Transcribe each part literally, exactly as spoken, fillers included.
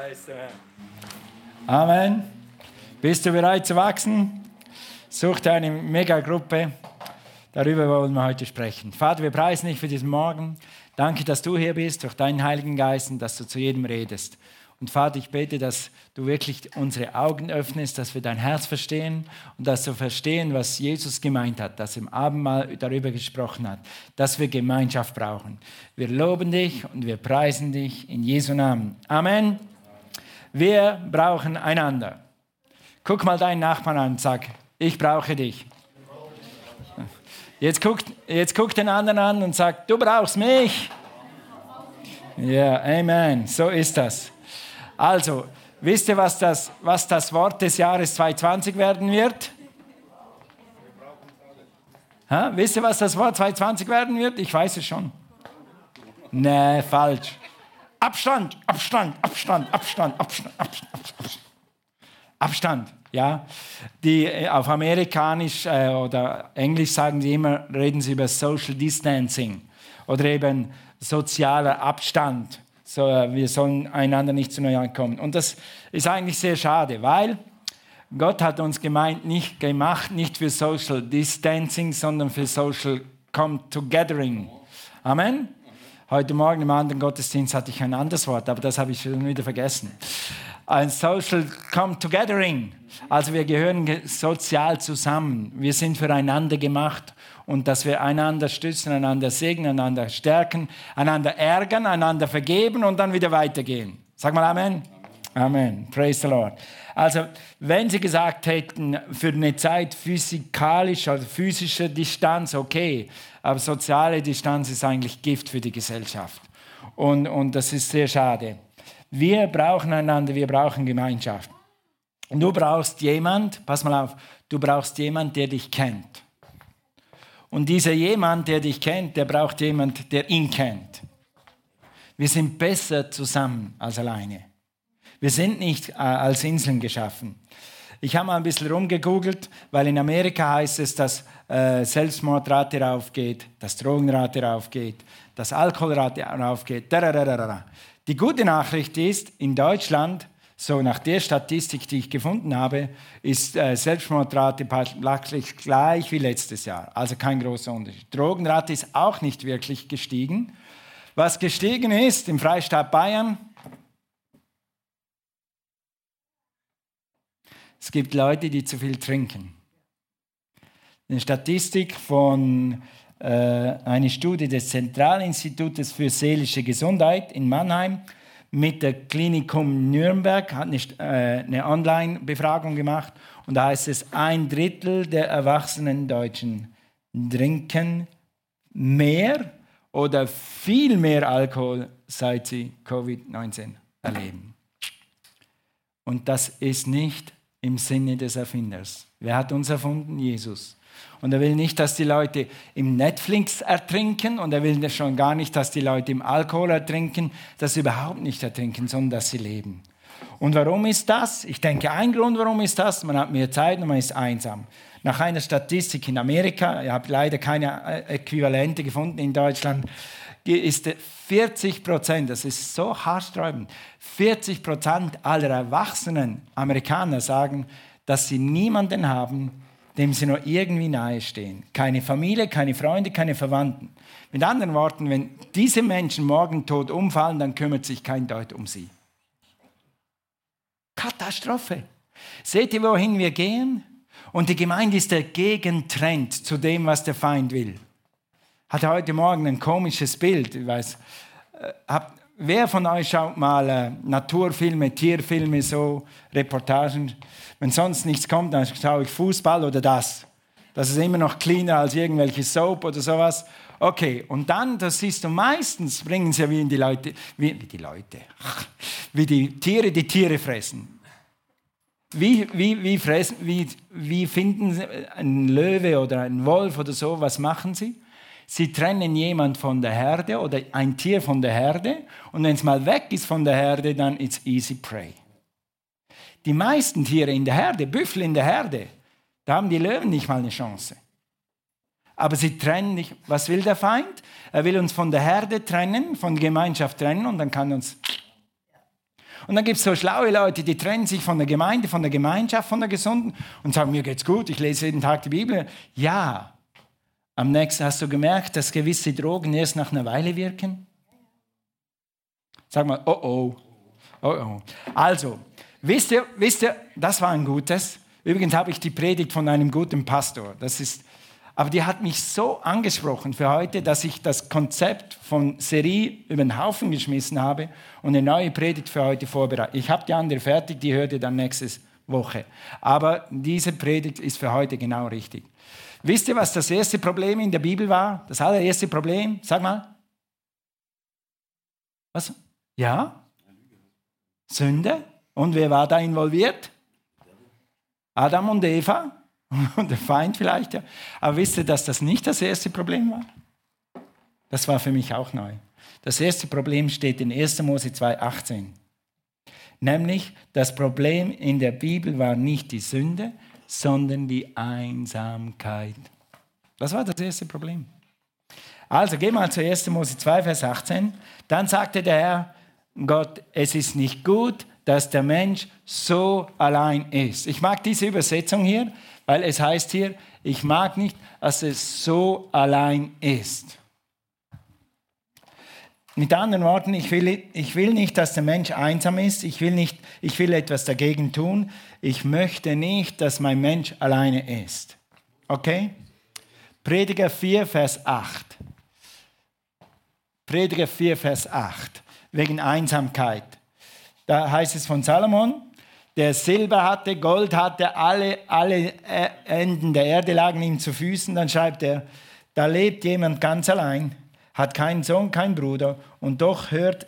Amen. Bist du bereit zu wachsen? Such dir eine Megagruppe. Darüber wollen wir heute sprechen. Vater, wir preisen dich für diesen Morgen. Danke, dass du hier bist, durch deinen Heiligen Geist, und dass du zu jedem redest. Und Vater, ich bete, dass du wirklich unsere Augen öffnest, dass wir dein Herz verstehen und dass wir verstehen, was Jesus gemeint hat, dass er im Abendmahl darüber gesprochen hat, dass wir Gemeinschaft brauchen. Wir loben dich und wir preisen dich in Jesu Namen. Amen. Wir brauchen einander. Guck mal deinen Nachbarn an und sag, ich brauche dich. Jetzt guck, jetzt guck den anderen an und sag, du brauchst mich. Ja, Amen. So ist das. Also, wisst ihr, was das, was das Wort des Jahres zwanzig zwanzig werden wird? Ha? Wisst ihr, was das Wort zwanzig zwanzig werden wird? Ich weiß es schon. Nee, falsch. Abstand, Abstand, Abstand, Abstand, Abstand, Abstand, Abstand. Abstand, ja. Die, auf Amerikanisch äh, oder Englisch sagen sie immer, reden sie über Social Distancing oder eben sozialer Abstand. So, wir sollen einander nicht zu nahe kommen. Und das ist eigentlich sehr schade, weil Gott hat uns gemeint, nicht gemacht, nicht für Social Distancing, sondern für Social Come-Togethering. Amen? Heute Morgen im anderen Gottesdienst hatte ich ein anderes Wort, aber das habe ich schon wieder vergessen. Ein Social Come-Togethering. Also wir gehören sozial zusammen. Wir sind füreinander gemacht. Und dass wir einander stützen, einander segnen, einander stärken, einander ärgern, einander vergeben und dann wieder weitergehen. Sag mal Amen. Amen. Amen. Praise the Lord. Also, wenn Sie gesagt hätten, für eine Zeit physikalisch oder physische Distanz, okay, aber soziale Distanz ist eigentlich Gift für die Gesellschaft. Und, und das ist sehr schade. Wir brauchen einander, wir brauchen Gemeinschaft. Und du brauchst jemand, pass mal auf, du brauchst jemand, der dich kennt. Und dieser jemand, der dich kennt, der braucht jemand, der ihn kennt. Wir sind besser zusammen als alleine. Wir sind nicht äh, als Inseln geschaffen. Ich habe mal ein bisschen rumgegoogelt, weil in Amerika heißt es, dass äh, Selbstmordrate raufgeht, dass Drogenrate raufgeht, dass Alkoholrate raufgeht. Die gute Nachricht ist, in Deutschland, so nach der Statistik, die ich gefunden habe, ist äh, Selbstmordrate praktisch gleich wie letztes Jahr. Also kein großer Unterschied. Drogenrate ist auch nicht wirklich gestiegen. Was gestiegen ist im Freistaat Bayern, es gibt Leute, die zu viel trinken. Eine Statistik von äh, einer Studie des Zentralinstitutes für seelische Gesundheit in Mannheim mit der Klinikum Nürnberg hat eine, äh, eine Online-Befragung gemacht und da heißt es, ein Drittel der erwachsenen Deutschen trinken mehr oder viel mehr Alkohol, seit sie Covid neunzehn erleben. Und das ist nicht im Sinne des Erfinders. Wer hat uns erfunden? Jesus. Und er will nicht, dass die Leute im Netflix ertrinken und er will schon gar nicht, dass die Leute im Alkohol ertrinken, dass sie überhaupt nicht ertrinken, sondern dass sie leben. Und warum ist das? Ich denke, ein Grund, warum ist das? Man hat mehr Zeit und man ist einsam. Nach einer Statistik in Amerika, ich habe leider keine Äquivalente gefunden in Deutschland, ist vierzig Prozent, das ist so haarsträubend, vierzig Prozent aller erwachsenen Amerikaner sagen, dass sie niemanden haben, dem sie nur irgendwie nahe stehen. Keine Familie, keine Freunde, keine Verwandten. Mit anderen Worten, wenn diese Menschen morgen tot umfallen, dann kümmert sich kein Deut um sie. Katastrophe. Seht ihr, wohin wir gehen? Und die Gemeinde ist der Gegentrend zu dem, was der Feind will. Hatte heute Morgen ein komisches Bild. Ich weiß, äh, hab, wer von euch schaut mal äh, Naturfilme, Tierfilme, so Reportagen? Wenn sonst nichts kommt, dann schaue ich Fußball oder das. Das ist immer noch cleaner als irgendwelche Soap oder sowas. Okay, und dann, das siehst du, meistens bringen sie ja wie die Leute, wie, wie die Leute, wie die Tiere die Tiere fressen. Wie, wie, wie, fressen wie, wie finden sie einen Löwe oder einen Wolf oder so, was machen sie? Sie trennen jemand von der Herde oder ein Tier von der Herde und wenn es mal weg ist von der Herde, dann ist easy prey. Die meisten Tiere in der Herde, Büffel in der Herde, da haben die Löwen nicht mal eine Chance. Aber sie trennen nicht. Was will der Feind? Er will uns von der Herde trennen, von der Gemeinschaft trennen und dann kann uns... Und dann gibt es so schlaue Leute, die trennen sich von der Gemeinde, von der Gemeinschaft, von der Gesunden und sagen, mir geht's gut, ich lese jeden Tag die Bibel. Ja, am nächsten hast du gemerkt, dass gewisse Drogen erst nach einer Weile wirken? Sag mal, oh oh, oh oh. Also, wisst ihr, wisst ihr, das war ein gutes. Übrigens habe ich die Predigt von einem guten Pastor. Das ist, aber die hat mich so angesprochen für heute, dass ich das Konzept von Serie über den Haufen geschmissen habe und eine neue Predigt für heute vorbereitet. Ich habe die andere fertig, die hört ihr dann nächste Woche. Aber diese Predigt ist für heute genau richtig. Wisst ihr, was das erste Problem in der Bibel war? Das allererste Problem? Sag mal. Was? Ja? Sünde. Und wer war da involviert? Adam und Eva und der Feind vielleicht. Ja. Aber wisst ihr, dass das nicht das erste Problem war? Das war für mich auch neu. Das erste Problem steht in erster Mose zwei achtzehn. Nämlich, das Problem in der Bibel war nicht die Sünde, sondern die Einsamkeit. Das war das erste Problem. Also, gehen wir mal zu erster Mose zwei, Vers achtzehn. Dann sagte der Herr Gott, es ist nicht gut, dass der Mensch so allein ist. Ich mag diese Übersetzung hier, weil es heißt hier, ich mag nicht, dass es so allein ist. Mit anderen Worten, ich will, ich will nicht, dass der Mensch einsam ist. Ich will, nicht, ich will etwas dagegen tun. Ich möchte nicht, dass mein Mensch alleine ist. Okay? Prediger vier, Vers acht. Prediger vier, Vers acht. Wegen Einsamkeit. Da heißt es von Salomon, der Silber hatte, Gold hatte, alle, alle Enden der Erde lagen ihm zu Füßen. Dann schreibt er, da lebt jemand ganz allein, hat keinen Sohn, keinen Bruder und doch hört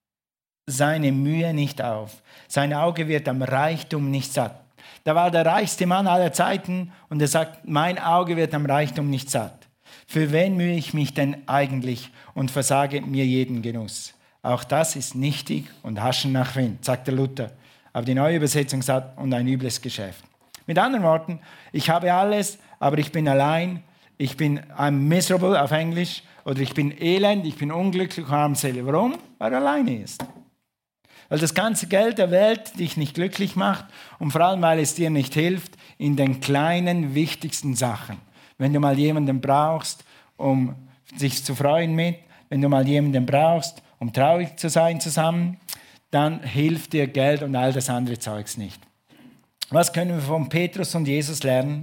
seine Mühe nicht auf. Sein Auge wird am Reichtum nicht satt. Da war der reichste Mann aller Zeiten und er sagt, mein Auge wird am Reichtum nicht satt. Für wen mühe ich mich denn eigentlich und versage mir jeden Genuss? Auch das ist nichtig und Haschen nach Wind, sagt der Luther. Aber die neue Übersetzung sagt, und ein übles Geschäft. Mit anderen Worten, ich habe alles, aber ich bin allein. Ich bin I'm miserable auf Englisch. Oder ich bin elend, ich bin unglücklich und armselig. Warum? Weil er alleine ist. Weil das ganze Geld der Welt dich nicht glücklich macht und vor allem, weil es dir nicht hilft in den kleinen, wichtigsten Sachen. Wenn du mal jemanden brauchst, um sich zu freuen mit, wenn du mal jemanden brauchst, um traurig zu sein zusammen, dann hilft dir Geld und all das andere Zeugs nicht. Was können wir von Petrus und Jesus lernen?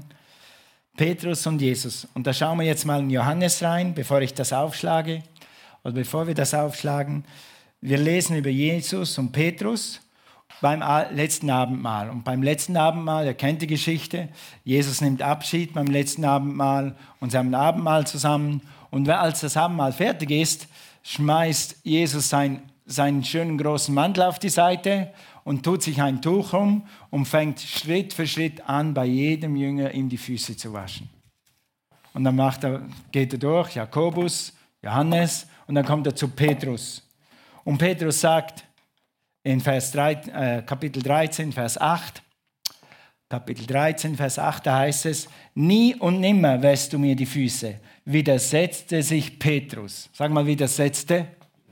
Petrus und Jesus. Und da schauen wir jetzt mal in Johannes rein, bevor ich das aufschlage, oder bevor wir das aufschlagen. Wir lesen über Jesus und Petrus beim letzten Abendmahl. Und beim letzten Abendmahl, ihr kennt die Geschichte, Jesus nimmt Abschied beim letzten Abendmahl und sie haben ein Abendmahl zusammen. Und als das Abendmahl fertig ist, schmeißt Jesus sein, seinen schönen großen Mantel auf die Seite und tut sich ein Tuch um und fängt Schritt für Schritt an, bei jedem Jünger ihm die Füße zu waschen. Und dann macht er, geht er durch, Jakobus, Johannes, und dann kommt er zu Petrus. Und Petrus sagt in Vers drei, äh, Kapitel dreizehn, Vers acht, Kapitel dreizehn, Vers acht, da heißt es, nie und nimmer wäschst du mir die Füße. Widersetzte sich Petrus. Sag mal, widersetzte.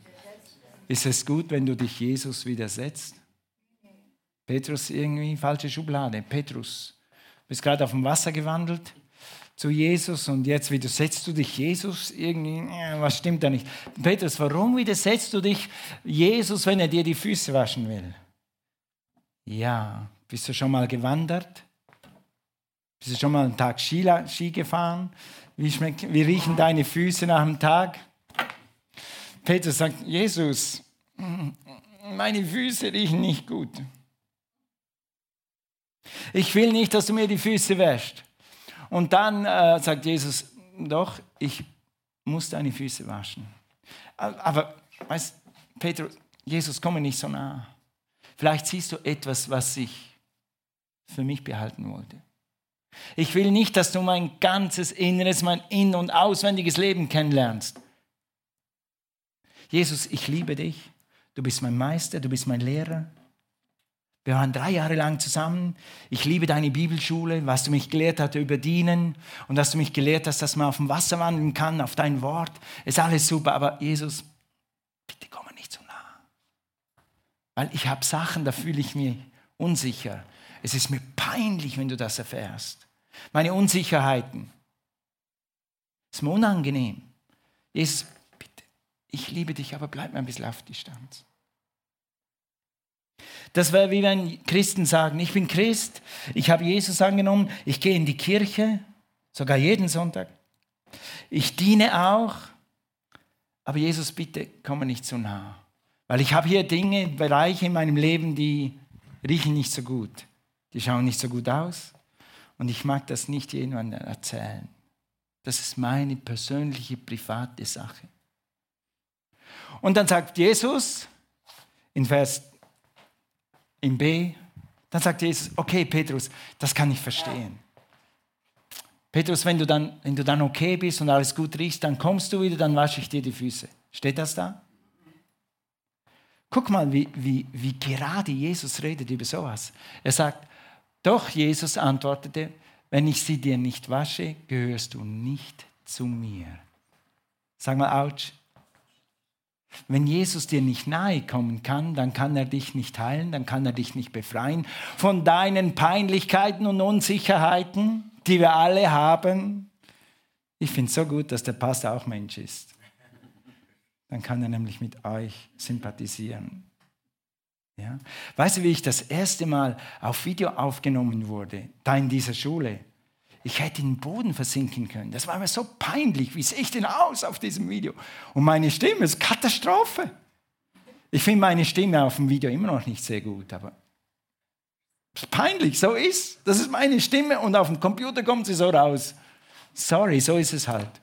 Ist es gut, wenn du dich Jesus widersetzt? Petrus irgendwie, falsche Schublade. Petrus, bist gerade auf dem Wasser gewandelt zu Jesus und jetzt widersetzt du dich Jesus irgendwie, was stimmt da nicht? Petrus, warum widersetzt du dich Jesus, wenn er dir die Füße waschen will? Ja, bist du schon mal gewandert? Bist du schon mal einen Tag Ski, Ski gefahren? Wie, schmeckt, wie riechen deine Füße nach dem Tag? Petrus sagt, Jesus, meine Füße riechen nicht gut. Ich will nicht, dass du mir die Füße wäschst. Und dann äh, sagt Jesus, doch, ich muss deine Füße waschen. Aber, weißt Petrus, Jesus, komm mir nicht so nah. Vielleicht siehst du etwas, was ich für mich behalten wollte. Ich will nicht, dass du mein ganzes Inneres, mein in- und auswendiges Leben kennenlernst. Jesus, ich liebe dich. Du bist mein Meister, du bist mein Lehrer. Wir waren drei Jahre lang zusammen. Ich liebe deine Bibelschule, was du mich gelehrt hast über Dienen und dass du mich gelehrt hast, dass man auf dem Wasser wandeln kann, auf dein Wort. Ist alles super, aber Jesus, bitte komm mir nicht so nah. Weil ich habe Sachen, da fühle ich mich unsicher. Es ist mir peinlich, wenn du das erfährst. Meine Unsicherheiten. Es ist mir unangenehm. Jesus, bitte, ich liebe dich, aber bleib mir ein bisschen auf Distanz. Das wäre wie wenn Christen sagen, ich bin Christ, ich habe Jesus angenommen, ich gehe in die Kirche, sogar jeden Sonntag. Ich diene auch, aber Jesus, bitte komm mir nicht zu nah. Weil ich habe hier Dinge, Bereiche in meinem Leben, die riechen nicht so gut. Die schauen nicht so gut aus und ich mag das nicht jemandem erzählen. Das ist meine persönliche, private Sache. Und dann sagt Jesus in Vers in B, dann sagt Jesus, okay Petrus, das kann ich verstehen. Petrus, wenn du dann, wenn du dann okay bist und alles gut riechst, dann kommst du wieder, dann wasche ich dir die Füße. Steht das da? Guck mal, wie, wie, wie gerade Jesus redet über sowas. Er sagt, doch, Jesus antwortete, wenn ich sie dir nicht wasche, gehörst du nicht zu mir. Sag mal, ouch. Wenn Jesus dir nicht nahe kommen kann, dann kann er dich nicht heilen, dann kann er dich nicht befreien von deinen Peinlichkeiten und Unsicherheiten, die wir alle haben. Ich finde es so gut, dass der Pastor auch Mensch ist. Dann kann er nämlich mit euch sympathisieren. Ja? Weißt du, wie ich das erste Mal auf Video aufgenommen wurde, da in dieser Schule? Ich hätte in den Boden versinken können. Das war mir so peinlich. Wie sehe ich denn aus auf diesem Video? Und meine Stimme ist Katastrophe. Ich finde meine Stimme auf dem Video immer noch nicht sehr gut, aber es ist peinlich, so ist. Das ist meine Stimme und auf dem Computer kommt sie so raus. Sorry, so ist es halt.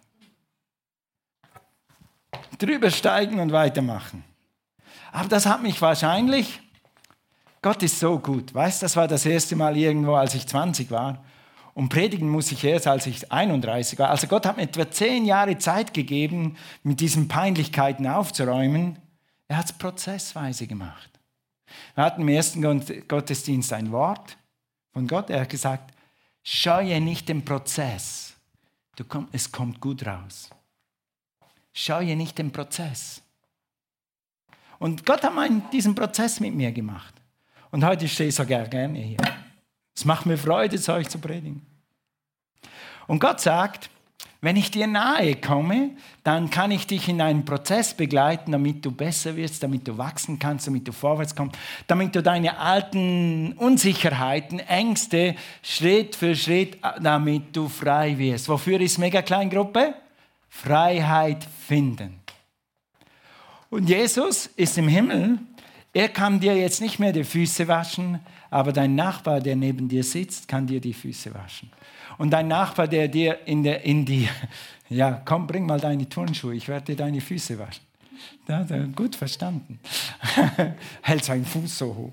Drüber steigen und weitermachen. Aber das hat mich wahrscheinlich, Gott ist so gut. Weißt du, das war das erste Mal irgendwo, als ich zwanzig war. Und predigen muss ich erst, als ich einunddreißig war. Also Gott hat mir etwa zehn Jahre Zeit gegeben, mit diesen Peinlichkeiten aufzuräumen. Er hat es prozessweise gemacht. Wir hatten im ersten Gottesdienst ein Wort von Gott. Er hat gesagt, scheue nicht den Prozess. Du komm, es kommt gut raus. Scheue nicht den Prozess. Und Gott hat meinen, diesen Prozess mit mir gemacht. Und heute stehe ich so gerne hier. Es macht mir Freude, zu euch zu predigen. Und Gott sagt, wenn ich dir nahe komme, dann kann ich dich in einen Prozess begleiten, damit du besser wirst, damit du wachsen kannst, damit du vorwärts kommst, damit du deine alten Unsicherheiten, Ängste Schritt für Schritt, damit du frei wirst. Wofür ist Mega-Kleingruppe? Freiheit finden. Und Jesus ist im Himmel. Er kann dir jetzt nicht mehr die Füße waschen, aber dein Nachbar, der neben dir sitzt, kann dir die Füße waschen. Und dein Nachbar, der dir in, der, in die, ja, komm, bring mal deine Turnschuhe, ich werde dir deine Füße waschen. Ja, gut verstanden. Hält seinen Fuß so hoch.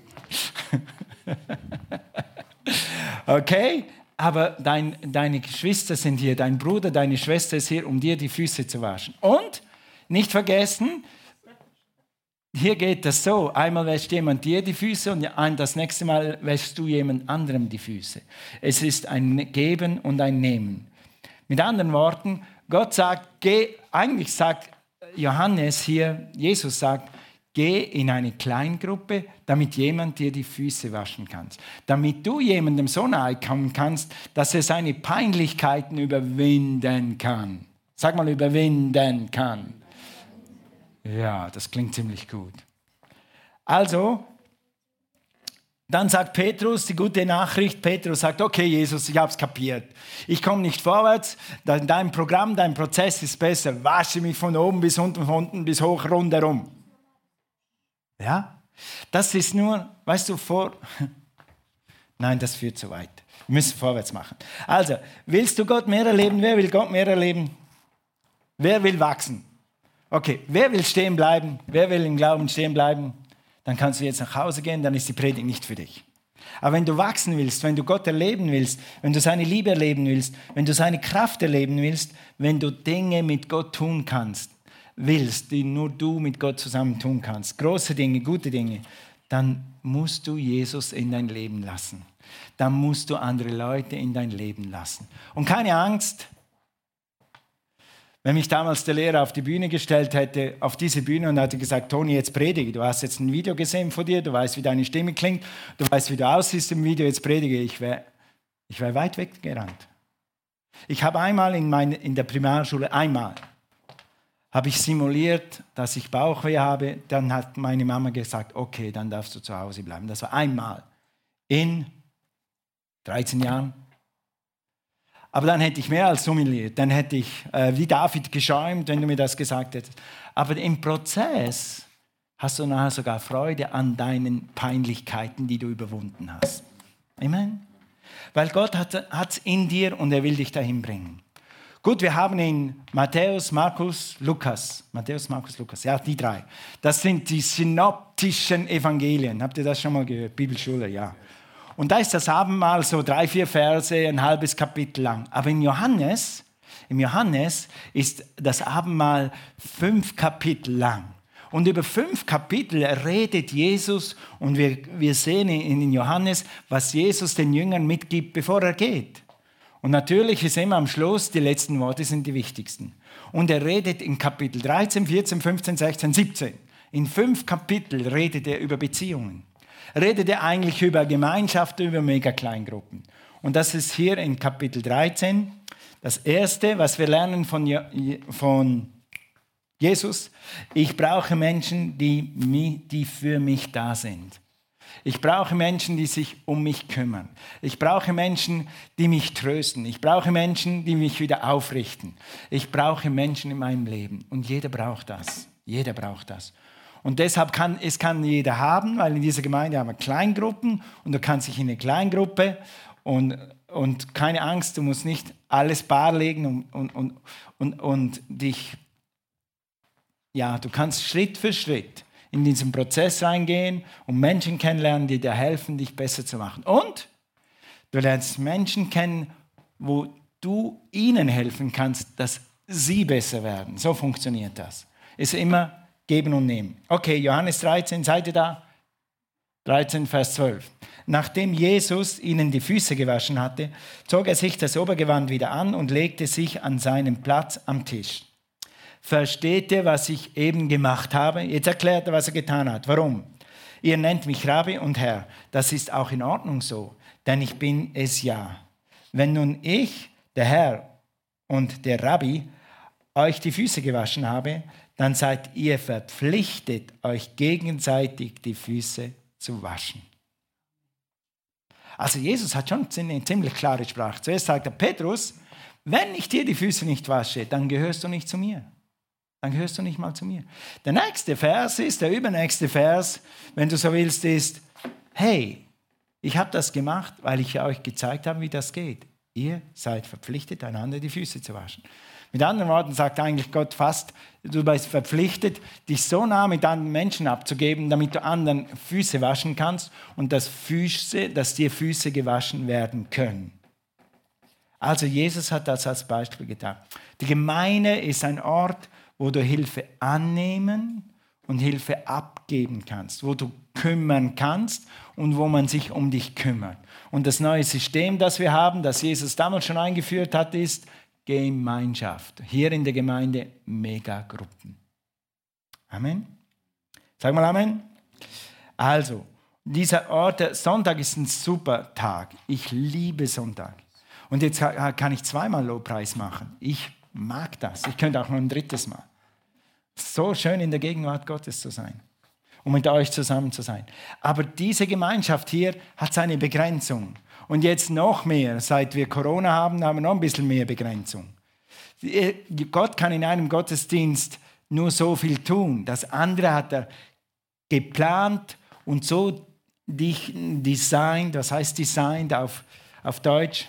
Okay, aber dein, deine Geschwister sind hier, dein Bruder, deine Schwester ist hier, um dir die Füße zu waschen. Und, nicht vergessen, hier geht das so, einmal wäscht jemand dir die Füße und das nächste Mal wäschst du jemand anderem die Füße. Es ist ein Geben und ein Nehmen. Mit anderen Worten, Gott sagt, geh, eigentlich sagt Johannes hier, Jesus sagt, geh in eine Kleingruppe, damit jemand dir die Füße waschen kann. Damit du jemandem so nahe kommen kannst, dass er seine Peinlichkeiten überwinden kann. Sag mal, überwinden kann. Ja, das klingt ziemlich gut. Also, dann sagt Petrus, die gute Nachricht, Petrus sagt, okay Jesus, ich habe es kapiert. Ich komme nicht vorwärts, dein Programm, dein Prozess ist besser. Wasche mich von oben bis unten, von unten bis hoch, rundherum. Ja, das ist nur, weißt du, vor... Nein, das führt zu weit. Wir müssen vorwärts machen. Also, willst du Gott mehr erleben? Wer will Gott mehr erleben? Wer will wachsen? Okay, wer will stehen bleiben? Wer will im Glauben stehen bleiben? Dann kannst du jetzt nach Hause gehen, dann ist die Predigt nicht für dich. Aber wenn du wachsen willst, wenn du Gott erleben willst, wenn du seine Liebe erleben willst, wenn du seine Kraft erleben willst, wenn du Dinge mit Gott tun kannst, willst, die nur du mit Gott zusammen tun kannst, große Dinge, gute Dinge, dann musst du Jesus in dein Leben lassen. Dann musst du andere Leute in dein Leben lassen. Und keine Angst, Wenn mich damals der Lehrer auf die Bühne gestellt hätte, auf diese Bühne und hätte gesagt, Toni, jetzt predige, du hast jetzt ein Video gesehen von dir, du weißt, wie deine Stimme klingt, du weißt, wie du aussiehst im Video, jetzt predige, ich wäre ich wär weit weggerannt. Ich habe einmal in, meine, in der Primarschule, einmal, habe ich simuliert, dass ich Bauchweh habe, dann hat meine Mama gesagt, okay, dann darfst du zu Hause bleiben. Das war einmal in dreizehn Jahren. Aber dann hätte ich mehr als simuliert, dann hätte ich äh, wie David geschäumt, wenn du mir das gesagt hättest. Aber im Prozess hast du nachher sogar Freude an deinen Peinlichkeiten, die du überwunden hast. Amen. Weil Gott hat es in dir und er will dich dahin bringen. Gut, wir haben in Matthäus, Markus, Lukas. Matthäus, Markus, Lukas. Ja, die drei. Das sind die synoptischen Evangelien. Habt ihr das schon mal gehört? Bibelschule, ja. Und da ist das Abendmahl so drei, vier Verse, ein halbes Kapitel lang. Aber in Johannes, im Johannes ist das Abendmahl fünf Kapitel lang. Und über fünf Kapitel redet Jesus und wir, wir sehen in Johannes, was Jesus den Jüngern mitgibt, bevor er geht. Und natürlich ist immer am Schluss, die letzten Worte sind die wichtigsten. Und er redet in Kapitel dreizehn, vierzehn, fünfzehn, sechzehn, siebzehn. In fünf Kapitel redet er über Beziehungen. Redet er eigentlich über Gemeinschaft, über Mega-Kleingruppen. Und das ist hier in Kapitel dreizehn das Erste, was wir lernen von, von Jesus. Ich brauche Menschen, die, die für mich da sind. Ich brauche Menschen, die sich um mich kümmern. Ich brauche Menschen, die mich trösten. Ich brauche Menschen, die mich wieder aufrichten. Ich brauche Menschen in meinem Leben. Und jeder braucht das. Jeder braucht das. Und deshalb kann es kann jeder haben, weil in dieser Gemeinde haben wir Kleingruppen und du kannst dich in eine Kleingruppe und, und keine Angst, du musst nicht alles barlegen und, und, und, und, und dich, ja, du kannst Schritt für Schritt in diesen Prozess reingehen und Menschen kennenlernen, die dir helfen, dich besser zu machen. Und du lernst Menschen kennen, wo du ihnen helfen kannst, dass sie besser werden. So funktioniert das. Ist immer geben und nehmen. Okay, Johannes dreizehn, seid ihr da? dreizehn, Vers zwölf. Nachdem Jesus ihnen die Füße gewaschen hatte, zog er sich das Obergewand wieder an und legte sich an seinen Platz am Tisch. Versteht ihr, was ich eben gemacht habe? Jetzt erklärt er, was er getan hat. Warum? Ihr nennt mich Rabbi und Herr. Das ist auch in Ordnung so, denn ich bin es ja. Wenn nun ich, der Herr und der Rabbi, euch die Füße gewaschen habe, dann seid ihr verpflichtet, euch gegenseitig die Füße zu waschen. Also Jesus hat schon eine ziemlich klare Sprache. Zuerst sagt er, Petrus, wenn ich dir die Füße nicht wasche, dann gehörst du nicht zu mir. Dann gehörst du nicht mal zu mir. Der nächste Vers ist, der übernächste Vers, wenn du so willst, ist, hey, ich habe das gemacht, weil ich euch gezeigt habe, wie das geht. Ihr seid verpflichtet, einander die Füße zu waschen. Mit anderen Worten sagt eigentlich Gott fast, du bist verpflichtet, dich so nah mit anderen Menschen abzugeben, damit du anderen Füße waschen kannst und dass, Füße, dass dir Füße gewaschen werden können. Also Jesus hat das als Beispiel getan. Die Gemeinde ist ein Ort, wo du Hilfe annehmen und Hilfe abgeben kannst, wo du kümmern kannst und wo man sich um dich kümmert. Und das neue System, das wir haben, das Jesus damals schon eingeführt hat, ist Gemeinschaft. Hier in der Gemeinde Megagruppen. Amen. Sag mal Amen. Also, dieser Ort, der Sonntag ist ein super Tag. Ich liebe Sonntag. Und jetzt kann ich zweimal Lobpreis machen. Ich mag das. Ich könnte auch noch ein drittes Mal. So schön in der Gegenwart Gottes zu sein und mit euch zusammen zu sein. Aber diese Gemeinschaft hier hat seine Begrenzung. Und jetzt noch mehr, seit wir Corona haben, haben wir noch ein bisschen mehr Begrenzung. Gott kann in einem Gottesdienst nur so viel tun. Das andere hat er geplant und so designt, was heißt designt auf, auf Deutsch?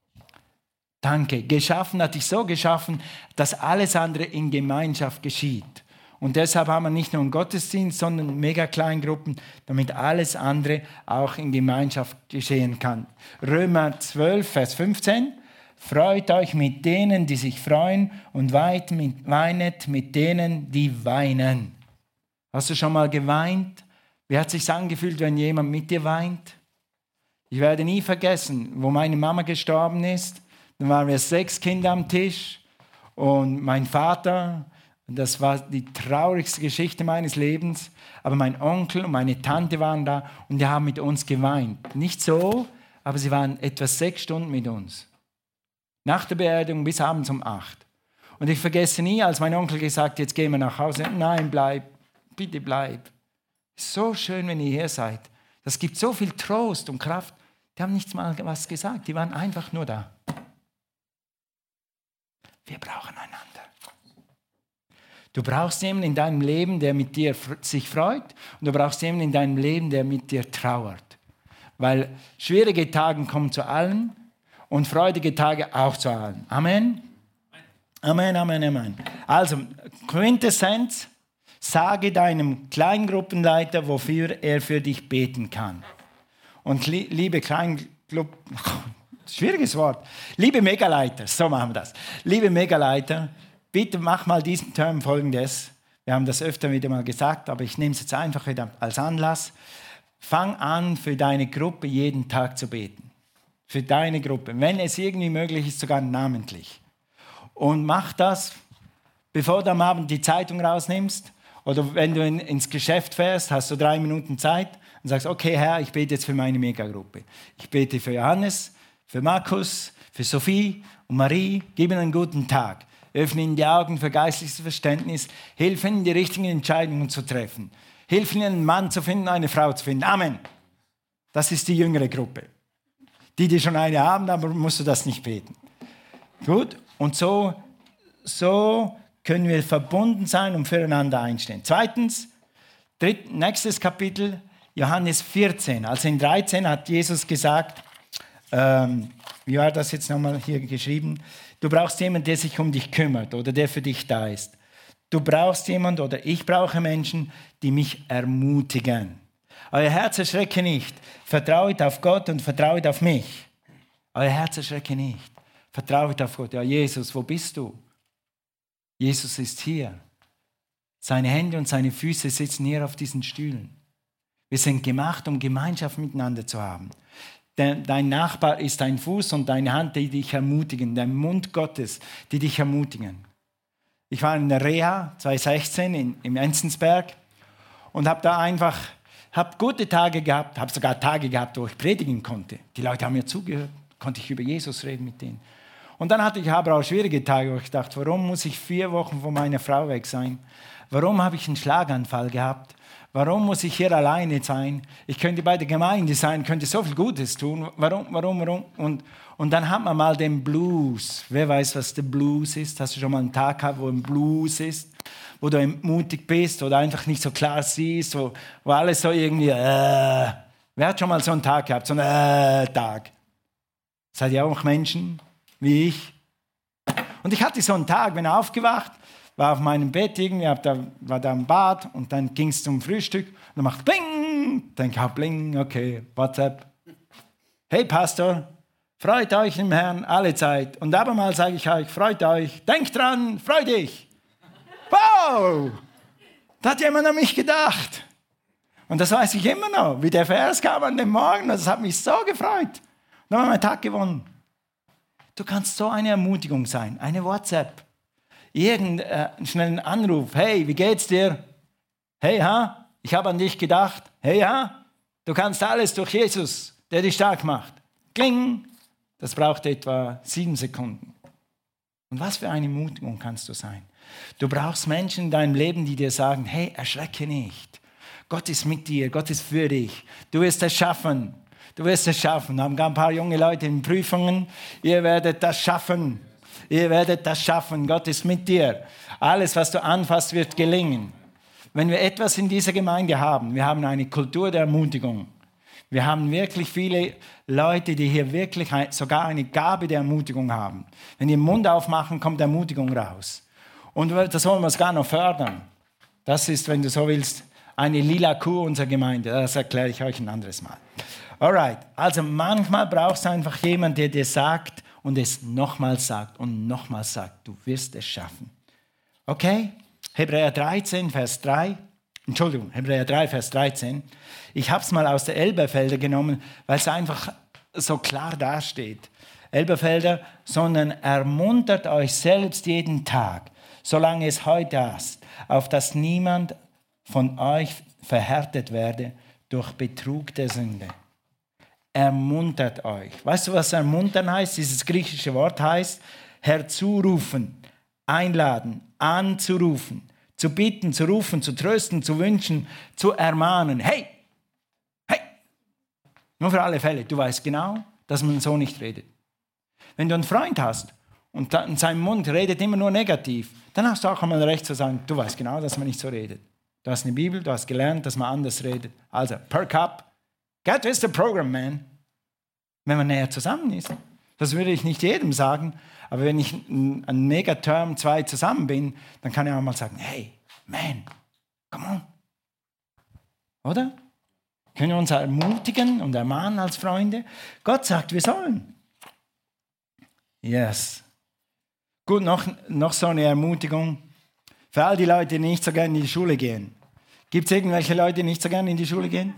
Danke. Geschaffen hat dich so geschaffen, dass alles andere in Gemeinschaft geschieht. Und deshalb haben wir nicht nur einen Gottesdienst, sondern Mega-Kleingruppen, damit alles andere auch in Gemeinschaft geschehen kann. Römer zwölf, Vers fünfzehn. Freut euch mit denen, die sich freuen und weinet mit denen, die weinen. Hast du schon mal geweint? Wie hat es sich angefühlt, wenn jemand mit dir weint? Ich werde nie vergessen, wo meine Mama gestorben ist. Dann waren wir sechs Kinder am Tisch Und mein Vater, das war die traurigste Geschichte meines Lebens, aber mein Onkel und meine Tante waren da und die haben mit uns geweint. Nicht so, aber sie waren etwa sechs Stunden mit uns. Nach der Beerdigung bis abends um acht. Und ich vergesse nie, als mein Onkel gesagt hat, jetzt gehen wir nach Hause. Nein, bleib, bitte bleib. So schön, wenn ihr hier seid. Das gibt so viel Trost und Kraft. Die haben nichts mal was gesagt, die waren einfach nur da. Wir brauchen einander. Du brauchst jemanden in deinem Leben, der mit dir sich freut, und du brauchst jemanden in deinem Leben, der mit dir trauert. Weil schwierige Tage kommen zu allen und freudige Tage auch zu allen. Amen? Amen, Amen, Amen. Also, Quintessenz, sage deinem Kleingruppenleiter, wofür er für dich beten kann. Und li- liebe Kleingruppen, schwieriges Wort, liebe Megaleiter, so machen wir das. Liebe Megaleiter, bitte mach mal diesen Term Folgendes. Wir haben das öfter wieder mal gesagt, aber ich nehme es jetzt einfach wieder als Anlass. Fang an, für deine Gruppe jeden Tag zu beten. Für deine Gruppe. Wenn es irgendwie möglich ist, sogar namentlich. Und mach das, bevor du am Abend die Zeitung rausnimmst oder wenn du in, ins Geschäft fährst, hast du drei Minuten Zeit und sagst, okay Herr, ich bete jetzt für meine Megagruppe. Ich bete für Johannes, für Markus, für Sophie und Marie. Gib ihnen einen guten Tag. Öffne ihnen die Augen für geistliches Verständnis. Hilf ihnen, die richtigen Entscheidungen zu treffen. Hilf ihnen, einen Mann zu finden, eine Frau zu finden. Amen. Das ist die jüngere Gruppe. Die, die schon eine haben, aber musst du das nicht beten. Gut? Und so, so können wir verbunden sein und füreinander einstehen. Zweitens, dritt, nächstes Kapitel, Johannes vierzehn. Also in dreizehn hat Jesus gesagt, ähm, wie war das jetzt nochmal hier geschrieben? Du brauchst jemanden, der sich um dich kümmert oder der für dich da ist. Du brauchst jemanden oder ich brauche Menschen, die mich ermutigen. Euer Herz erschrecke nicht. Vertraut auf Gott und vertraut auf mich. Euer Herz erschrecke nicht. Vertraut auf Gott. Ja, Jesus, wo bist du? Jesus ist hier. Seine Hände und seine Füße sitzen hier auf diesen Stühlen. Wir sind gemacht, um Gemeinschaft miteinander zu haben. Dein Nachbar ist dein Fuß und deine Hand, die dich ermutigen. Dein Mund Gottes, die dich ermutigen. Ich war in der Reha zwanzig sechzehn in, im Enzensberg und habe da einfach hab gute Tage gehabt, habe sogar Tage gehabt, wo ich predigen konnte. Die Leute haben mir zugehört, konnte ich über Jesus reden mit denen. Und dann hatte ich aber auch schwierige Tage, wo ich dachte, warum muss ich vier Wochen von meiner Frau weg sein? Warum habe ich einen Schlaganfall gehabt? Warum muss ich hier alleine sein? Ich könnte bei der Gemeinde sein, könnte so viel Gutes tun. Warum, warum, warum? Und, und dann hat man mal den Blues. Wer weiß, was der Blues ist? Hast du schon mal einen Tag gehabt, wo ein Blues ist? Wo du entmutigt bist oder einfach nicht so klar siehst, wo, wo alles so irgendwie... Äh. Wer hat schon mal so einen Tag gehabt, so einen äh, Tag? Seid ihr auch Menschen wie ich? Und ich hatte so einen Tag, bin aufgewacht, war auf meinem Bett irgendwie, da, war da im Bad und dann ging es zum Frühstück und dann macht Bling, denke ich, Bling, okay, WhatsApp. Hey Pastor, freut euch im Herrn alle Zeit. Und abermals sage ich euch, freut euch, denkt dran, freut dich. Wow, da hat jemand an mich gedacht. Und das weiß ich immer noch, wie der Vers kam an dem Morgen, das hat mich so gefreut. Und dann war mein Tag gewonnen. Du kannst so eine Ermutigung sein, eine WhatsApp. Irgendeinen schnellen Anruf. Hey, wie geht's dir? Hey, ha? Ich habe an dich gedacht. Hey, ha? Du kannst alles durch Jesus, der dich stark macht. Kling! Das braucht etwa sieben Sekunden. Und was für eine Ermutigung kannst du sein? Du brauchst Menschen in deinem Leben, die dir sagen, hey, erschrecke nicht. Gott ist mit dir, Gott ist für dich. Du wirst es schaffen. Du wirst es schaffen. Wir haben ein paar junge Leute in Prüfungen. Ihr werdet das schaffen. Ihr werdet das schaffen. Gott ist mit dir. Alles, was du anfasst, wird gelingen. Wenn wir etwas in dieser Gemeinde haben, wir haben eine Kultur der Ermutigung. Wir haben wirklich viele Leute, die hier wirklich sogar eine Gabe der Ermutigung haben. Wenn die den Mund aufmachen, kommt Ermutigung raus. Und das wollen wir sogar noch fördern. Das ist, wenn du so willst, eine lila Kuh unserer Gemeinde. Das erkläre ich euch ein anderes Mal. Alright, also manchmal brauchst du einfach jemanden, der dir sagt, und es nochmals sagt und nochmals sagt, du wirst es schaffen. Okay? Hebräer dreizehn, Vers drei. Entschuldigung, Hebräer drei, Vers dreizehn. Ich habe es mal aus der Elberfelder genommen, weil es einfach so klar dasteht. Elberfelder, sondern ermuntert euch selbst jeden Tag, solange es heute ist, auf dass niemand von euch verhärtet werde durch Betrug der Sünde. Ermuntert euch. Weißt du, was ermuntern heißt? Dieses griechische Wort heißt herzurufen, einladen, anzurufen, zu bitten, zu rufen, zu trösten, zu wünschen, zu ermahnen. Hey, hey, nur für alle Fälle, du weißt genau, dass man so nicht redet. Wenn du einen Freund hast und in seinem Mund redet immer nur negativ, dann hast du auch einmal recht zu sagen, du weißt genau, dass man nicht so redet. Du hast eine Bibel, du hast gelernt, dass man anders redet. Also, perk up, get with the program, man. Wenn man näher zusammen ist. Das würde ich nicht jedem sagen, aber wenn ich ein Megaterm zwei zusammen bin, dann kann ich auch mal sagen, hey, man, come on. Oder? Können wir uns ermutigen und ermahnen als Freunde? Gott sagt, wir sollen. Yes. Gut, noch, noch so eine Ermutigung. Für all die Leute, die nicht so gerne in die Schule gehen. Gibt es irgendwelche Leute, die nicht so gerne in die Schule gehen?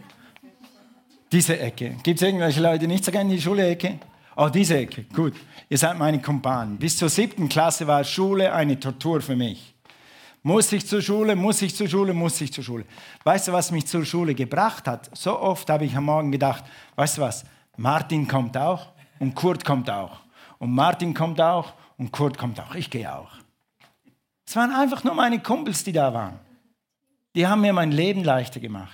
Diese Ecke. Gibt es irgendwelche Leute, die nicht so gerne in die Schule-Ecke? Oh, diese Ecke. Gut. Ihr seid meine Kumpanen. Bis zur siebten Klasse war Schule eine Tortur für mich. Muss ich zur Schule, muss ich zur Schule, muss ich zur Schule. Weißt du, was mich zur Schule gebracht hat? So oft habe ich am Morgen gedacht, weißt du was, Martin kommt auch und Kurt kommt auch. Und Martin kommt auch und Kurt kommt auch. Ich gehe auch. Es waren einfach nur meine Kumpels, die da waren. Die haben mir mein Leben leichter gemacht.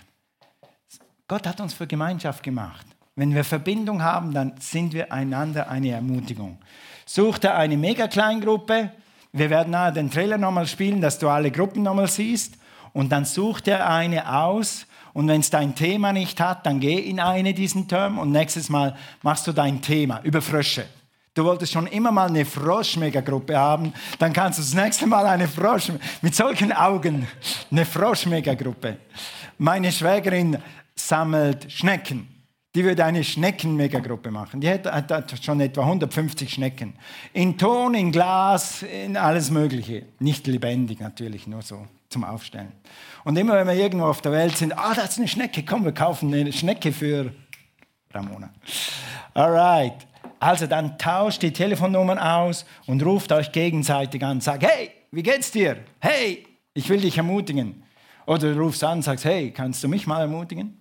Gott hat uns für Gemeinschaft gemacht. Wenn wir Verbindung haben, dann sind wir einander eine Ermutigung. Such dir eine Mega-Kleingruppe. Wir werden nachher den Trailer nochmal spielen, dass du alle Gruppen nochmal siehst. Und dann such dir eine aus. Und wenn es dein Thema nicht hat, dann geh in eine diesen Term. Und nächstes Mal machst du dein Thema über Frösche. Du wolltest schon immer mal eine Frosch-Megagruppe haben, dann kannst du das nächste Mal eine Frosch mit solchen Augen, eine Frosch-Megagruppe. Meine Schwägerin sammelt Schnecken. Die würde eine Schnecken-Megagruppe machen. Die hat, hat schon etwa hundertfünfzig Schnecken. In Ton, in Glas, in alles Mögliche. Nicht lebendig natürlich, nur so zum Aufstellen. Und immer wenn wir irgendwo auf der Welt sind, ah, da ist eine Schnecke, komm, wir kaufen eine Schnecke für Ramona. Alright. Also dann tauscht die Telefonnummern aus und ruft euch gegenseitig an. Sagt, hey, wie geht's dir? Hey, ich will dich ermutigen. Oder du rufst an und sagst, hey, kannst du mich mal ermutigen?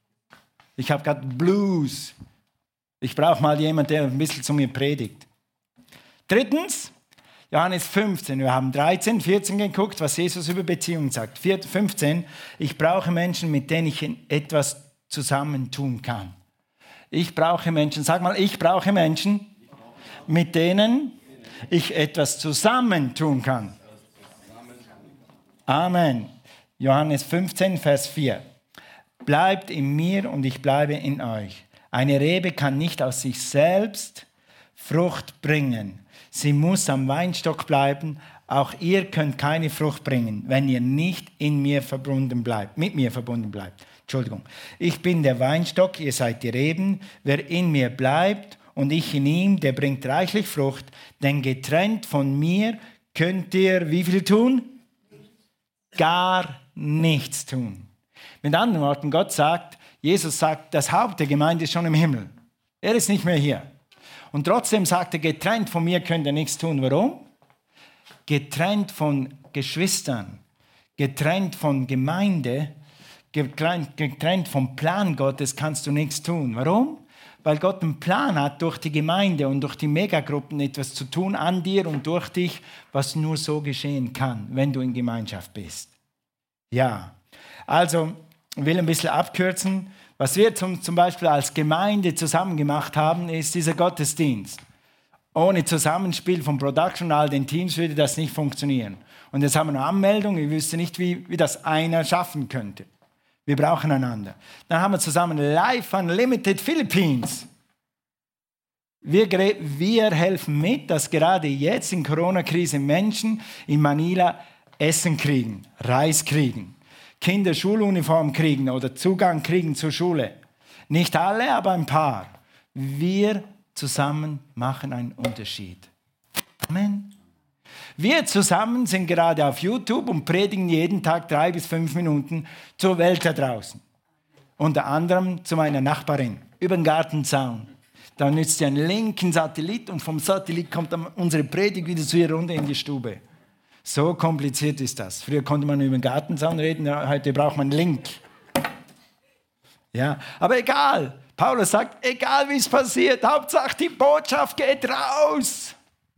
Ich habe gerade Blues. Ich brauche mal jemanden, der ein bisschen zu mir predigt. Drittens, Johannes fünfzehn. Wir haben dreizehn, vierzehn geguckt, was Jesus über Beziehungen sagt. fünfzehn, ich brauche Menschen, mit denen ich etwas zusammen tun kann. Ich brauche Menschen, sag mal, ich brauche Menschen, mit denen ich etwas zusammen tun kann. Amen. Johannes fünfzehn, Vers vier. Bleibt in mir und ich bleibe in euch. Eine Rebe kann nicht aus sich selbst Frucht bringen. Sie muss am Weinstock bleiben. Auch ihr könnt keine Frucht bringen, wenn ihr nicht in mir verbunden bleibt, mit mir verbunden bleibt. Entschuldigung. Ich bin der Weinstock, ihr seid die Reben. Wer in mir bleibt und ich in ihm, der bringt reichlich Frucht. Denn getrennt von mir könnt ihr wie viel tun? Gar nichts tun. Mit anderen Worten, Gott sagt, Jesus sagt, das Haupt der Gemeinde ist schon im Himmel. Er ist nicht mehr hier. Und trotzdem sagt er, getrennt von mir könnt ihr nichts tun. Warum? Getrennt von Geschwistern, getrennt von Gemeinde, getrennt vom Plan Gottes kannst du nichts tun. Warum? Weil Gott einen Plan hat, durch die Gemeinde und durch die Megagruppen etwas zu tun an dir und durch dich, was nur so geschehen kann, wenn du in Gemeinschaft bist. Ja, also ich will ein bisschen abkürzen. Was wir zum, zum Beispiel als Gemeinde zusammen gemacht haben, ist dieser Gottesdienst. Ohne Zusammenspiel von Production und all den Teams würde das nicht funktionieren. Und jetzt haben wir eine Anmeldung, ich wüsste nicht, wie, wie das einer schaffen könnte. Wir brauchen einander. Dann haben wir zusammen Life Unlimited Philippines. Wir, wir helfen mit, dass gerade jetzt in Corona-Krise Menschen in Manila Essen kriegen, Reis kriegen, Kinder Schuluniform kriegen oder Zugang kriegen zur Schule. Nicht alle, aber ein paar. Wir zusammen machen einen Unterschied. Amen. Wir zusammen sind gerade auf YouTube und predigen jeden Tag drei bis fünf Minuten zur Welt da draußen. Unter anderem zu meiner Nachbarin über den Gartenzaun. dann nützt ihr einen linken Satellit und vom Satellit kommt dann unsere Predigt wieder zu ihr runter in die Stube. So kompliziert ist das. Früher konnte man über den Gartenzaun reden, heute braucht man einen Link. Ja, aber egal. Paulus sagt, egal wie es passiert, Hauptsache die Botschaft geht raus.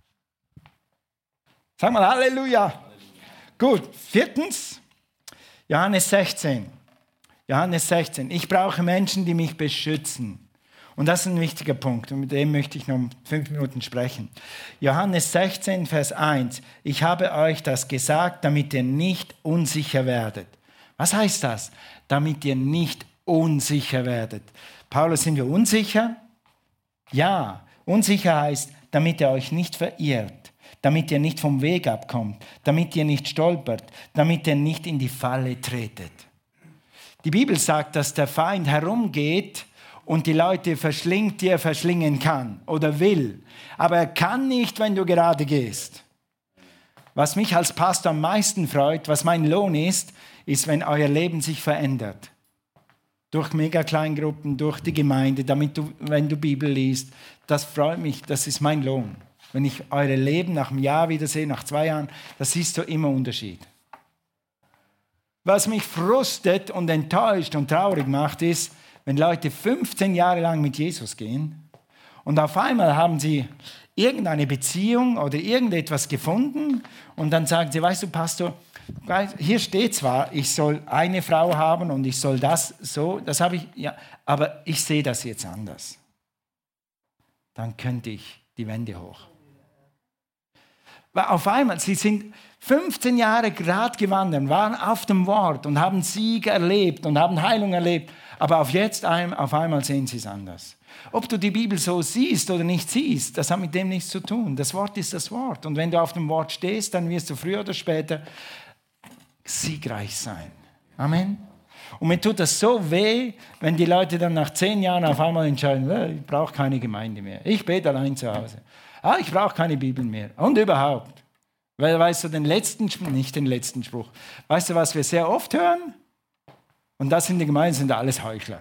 Sag mal Halleluja. Halleluja. Gut, viertens, Johannes sechzehn. Johannes sechzehn. Ich brauche Menschen, die mich beschützen. Und das ist ein wichtiger Punkt und mit dem möchte ich noch fünf Minuten sprechen. Johannes sechzehn, Vers eins. Ich habe euch das gesagt, damit ihr nicht unsicher werdet. Was heißt das? Damit ihr nicht unsicher werdet. Paulus, sind wir unsicher? Ja, unsicher heißt, damit ihr euch nicht verirrt, damit ihr nicht vom Weg abkommt, damit ihr nicht stolpert, damit ihr nicht in die Falle tretet. Die Bibel sagt, dass der Feind herumgeht und die Leute verschlingt, die er verschlingen kann oder will. Aber er kann nicht, wenn du gerade gehst. Was mich als Pastor am meisten freut, was mein Lohn ist, ist, wenn euer Leben sich verändert. Durch Mega-Kleingruppen, durch die Gemeinde, damit du, wenn du Bibel liest. Das freut mich, das ist mein Lohn. Wenn ich eure Leben nach einem Jahr wiedersehe, nach zwei Jahren, da siehst du immer Unterschied. Was mich frustet und enttäuscht und traurig macht, ist, wenn Leute fünfzehn Jahre lang mit Jesus gehen und auf einmal haben sie irgendeine Beziehung oder irgendetwas gefunden und dann sagen sie, weißt du, Pastor, hier steht zwar, ich soll eine Frau haben und ich soll das so, das habe ich, ja, aber ich sehe das jetzt anders. Dann könnte ich die Wände hoch. Weil auf einmal, sie sind fünfzehn Jahre gerade gewandert, waren auf dem Wort und haben Sieg erlebt und haben Heilung erlebt. Aber auf jetzt, auf einmal sehen sie es anders. Ob du die Bibel so siehst oder nicht siehst, das hat mit dem nichts zu tun. Das Wort ist das Wort. Und wenn du auf dem Wort stehst, dann wirst du früher oder später siegreich sein. Amen. Und mir tut das so weh, wenn die Leute dann nach zehn Jahren auf einmal entscheiden, ich brauche keine Gemeinde mehr. Ich bete allein zu Hause. Ah, ich brauche keine Bibel mehr. Und überhaupt. Weil, weißt du, den letzten Spruch, nicht den letzten Spruch. Weißt du, was wir sehr oft hören? Und das in der Gemeinde sind alles Heuchler.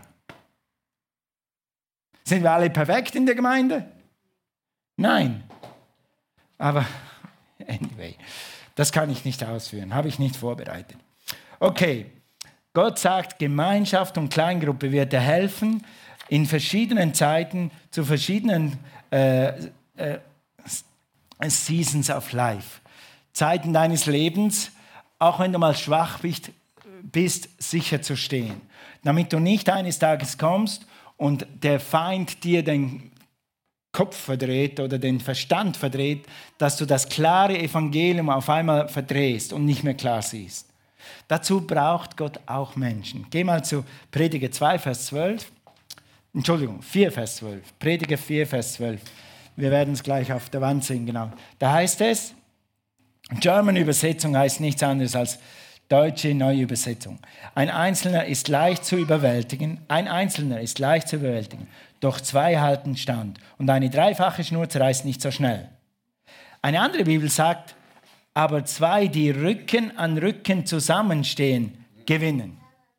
Sind wir alle perfekt in der Gemeinde? Nein. Aber, anyway, das kann ich nicht ausführen, habe ich nicht vorbereitet. Okay, Gott sagt, Gemeinschaft und Kleingruppe wird dir helfen, in verschiedenen Zeiten, zu verschiedenen äh, äh, Seasons of Life. Zeiten deines Lebens, auch wenn du mal schwach bist, bist, sicher zu stehen. Damit du nicht eines Tages kommst und der Feind dir den Kopf verdreht oder den Verstand verdreht, dass du das klare Evangelium auf einmal verdrehst und nicht mehr klar siehst. Dazu braucht Gott auch Menschen. Geh mal zu Prediger zwei, Vers zwölf. Entschuldigung, vier, Vers zwölf. Prediger vier, Vers zwölf. Wir werden es gleich auf der Wand sehen, genau. Da heißt es, German-Übersetzung heißt nichts anderes als deutsche Neuübersetzung. Ein Einzelner ist leicht zu überwältigen, ein Einzelner ist leicht zu überwältigen, doch zwei halten stand und eine dreifache Schnur zerreißt nicht so schnell. Eine andere Bibel sagt, aber zwei, die Rücken an Rücken zusammenstehen, gewinnen.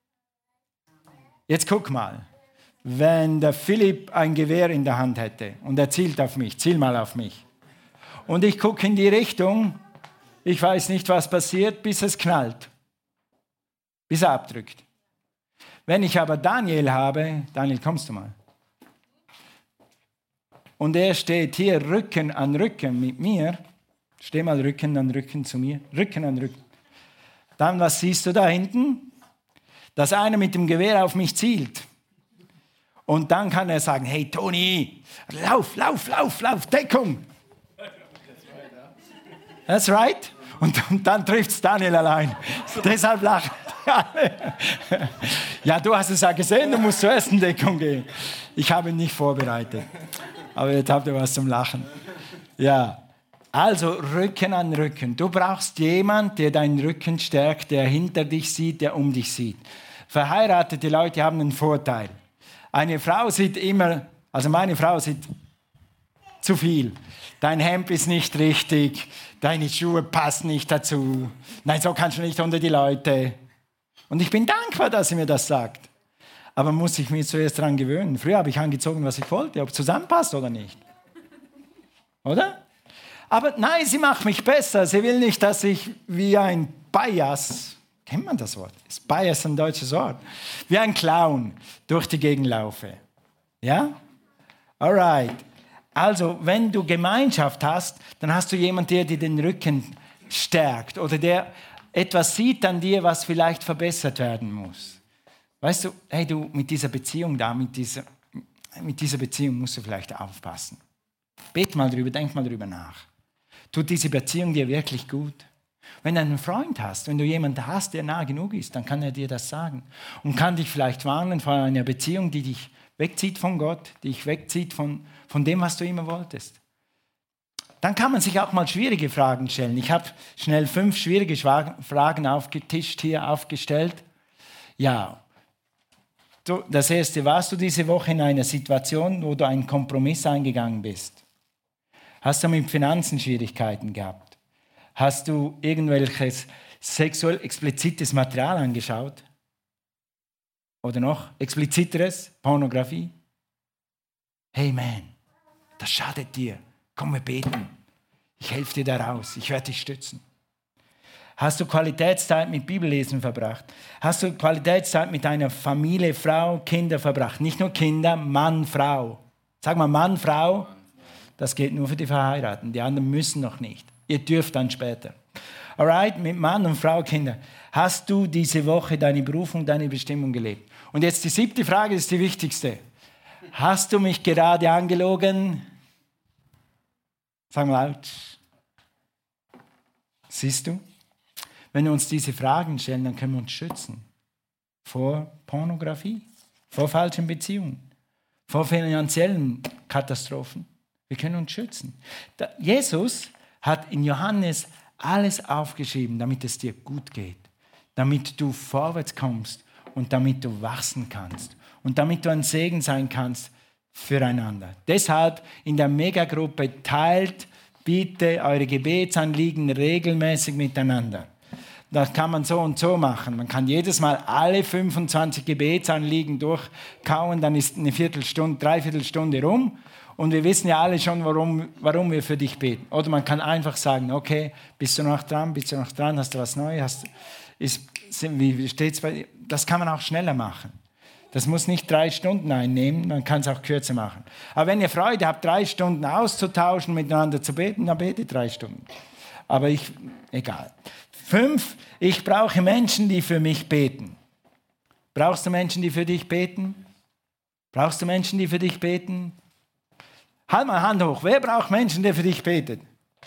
Jetzt guck mal, wenn der Philipp ein Gewehr in der Hand hätte und er zielt auf mich, ziel mal auf mich, und ich gucke in die Richtung, ich weiß nicht, was passiert, bis es knallt, bis er abdrückt. Wenn ich aber Daniel habe, Daniel, kommst du mal? Und er steht hier Rücken an Rücken mit mir, steh mal Rücken an Rücken zu mir, Rücken an Rücken. Dann, was siehst du da hinten? Dass einer mit dem Gewehr auf mich zielt. Und dann kann er sagen, hey Toni, lauf, lauf, lauf, lauf, Deckung. That's right. Und, und dann trifft es Daniel allein. Deshalb lachen alle. Ja, du hast es ja gesehen, du musst zur ersten Deckung gehen. Ich habe ihn nicht vorbereitet. Aber jetzt habt ihr was zum Lachen. Ja, also Rücken an Rücken. Du brauchst jemanden, der deinen Rücken stärkt, der hinter dich sieht, der um dich sieht. Verheiratete Leute haben einen Vorteil. Eine Frau sieht immer, also meine Frau sieht zu viel. Dein Hemd ist nicht richtig, deine Schuhe passen nicht dazu. Nein, so kannst du nicht unter die Leute. Und ich bin dankbar, dass sie mir das sagt. Aber muss ich mich zuerst daran gewöhnen? Früher habe ich angezogen, was ich wollte, ob es zusammenpasst oder nicht. Oder? Aber nein, sie macht mich besser. Sie will nicht, dass ich wie ein Bias, kennt man das Wort? Ist Bias ein deutsches Wort? Wie ein Clown durch die Gegend laufe. Ja? Alright. Also, wenn du Gemeinschaft hast, dann hast du jemanden, der dir den Rücken stärkt oder der etwas sieht an dir, was vielleicht verbessert werden muss. Weißt du, hey, du, mit dieser Beziehung da, mit dieser, mit dieser Beziehung musst du vielleicht aufpassen. Bet mal drüber, denk mal drüber nach. Tut diese Beziehung dir wirklich gut? Wenn du einen Freund hast, wenn du jemanden hast, der nah genug ist, dann kann er dir das sagen und kann dich vielleicht warnen vor einer Beziehung, die dich wegzieht von Gott, die dich wegzieht von, von dem, was du immer wolltest. Dann kann man sich auch mal schwierige Fragen stellen. Ich habe schnell fünf schwierige Fragen aufgetischt, hier aufgestellt. Ja, das erste, warst du diese Woche in einer Situation, wo du einen Kompromiss eingegangen bist? Hast du mit Finanzen Schwierigkeiten gehabt? Hast du irgendwelches sexuell explizites Material angeschaut? Oder noch expliziteres, Pornografie? Hey man, das schadet dir. Komm, wir beten. Ich helfe dir da raus. Ich werde dich stützen. Hast du Qualitätszeit mit Bibellesen verbracht? Hast du Qualitätszeit mit deiner Familie, Frau, Kinder verbracht? Nicht nur Kinder, Mann, Frau. Sag mal Mann, Frau. Das geht nur für die Verheirateten. Die anderen müssen noch nicht. Ihr dürft dann später. Alright, mit Mann und Frau, Kinder. Hast du diese Woche deine Berufung, deine Bestimmung gelebt? Und jetzt die siebte Frage, ist die wichtigste. Hast du mich gerade angelogen? Sag mal laut. Siehst du? Wenn wir uns diese Fragen stellen, dann können wir uns schützen. Vor Pornografie, vor falschen Beziehungen, vor finanziellen Katastrophen. Wir können uns schützen. Da, Jesus hat in Johannes alles aufgeschrieben, damit es dir gut geht, damit du vorwärts kommst und damit du wachsen kannst und damit du ein Segen sein kannst füreinander. Deshalb in der Megagruppe teilt bitte eure Gebetsanliegen regelmäßig miteinander. Das kann man so und so machen. Man kann jedes Mal alle fünfundzwanzig Gebetsanliegen durchkauen, dann ist eine Viertelstunde, Dreiviertelstunde rum und wir wissen ja alle schon, warum, warum wir für dich beten. Oder man kann einfach sagen, okay, bist du noch dran, bist du noch dran, hast du was Neues, hast, ist, wie steht's bei dir? Das kann man auch schneller machen. Das muss nicht drei Stunden einnehmen, man kann es auch kürzer machen. Aber wenn ihr Freude habt, drei Stunden auszutauschen, miteinander zu beten, dann betet drei Stunden. Aber ich, egal. Fünf, ich brauche Menschen, die für mich beten. Brauchst du Menschen, die für dich beten? Brauchst du Menschen, die für dich beten? Halt mal Hand hoch. Wer braucht Menschen, die für dich betet?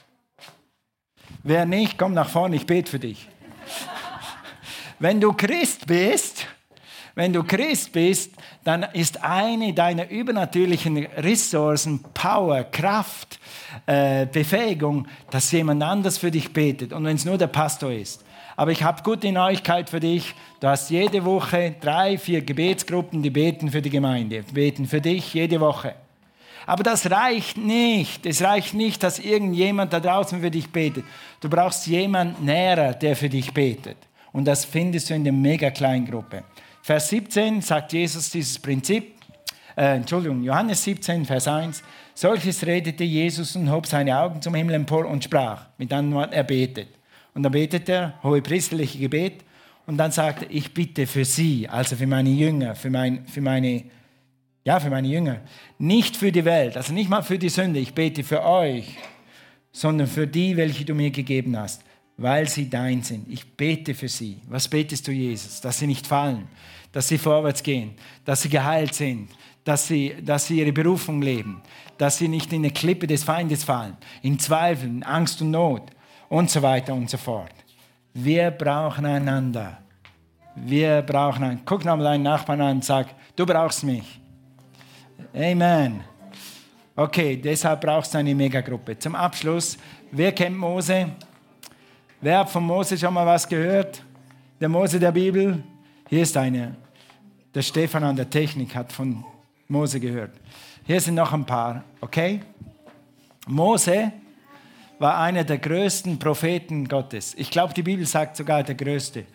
Wer nicht, komm nach vorne, ich bete für dich. Wenn du Christ bist, wenn du Christ bist, dann ist eine deiner übernatürlichen Ressourcen, Power, Kraft, äh, Befähigung, dass jemand anders für dich betet. Und wenn es nur der Pastor ist. Aber ich habe gute Neuigkeit für dich. Du hast jede Woche drei, vier Gebetsgruppen, die beten für die Gemeinde, beten für dich jede Woche. Aber das reicht nicht. Es reicht nicht, dass irgendjemand da draußen für dich betet. Du brauchst jemanden näher, der für dich betet. Und das findest du in der Mega-Kleingruppe. Vers siebzehn sagt Jesus dieses Prinzip, äh, Entschuldigung, Johannes siebzehn, Vers eins. Solches redete Jesus und hob seine Augen zum Himmel empor und sprach. Mit anderen Worten, er betet. Und dann betet er, hohepriesterliche Gebet. Und dann sagt er, ich bitte für sie, also für meine Jünger, für, mein, für meine, ja, für meine Jünger. Nicht für die Welt, also nicht mal für die Sünde, ich bete für euch, sondern für die, welche du mir gegeben hast, weil sie dein sind. Ich bete für sie. Was betest du, Jesus? Dass sie nicht fallen, dass sie vorwärts gehen, dass sie geheilt sind, dass sie, dass sie ihre Berufung leben, dass sie nicht in eine Klippe des Feindes fallen, in Zweifeln, in Angst und Not und so weiter und so fort. Wir brauchen einander. Wir brauchen einander. Guck nochmal deinen Nachbarn an und sag, du brauchst mich. Amen. Okay, deshalb brauchst du eine Megagruppe. Zum Abschluss, wer kennt Mose? Wer hat von Mose schon mal was gehört? Der Mose der Bibel? Hier ist einer. Der Stefan an der Technik hat von Mose gehört. Hier sind noch ein paar, okay? Mose war einer der größten Propheten Gottes. Ich glaube, die Bibel sagt sogar der größte.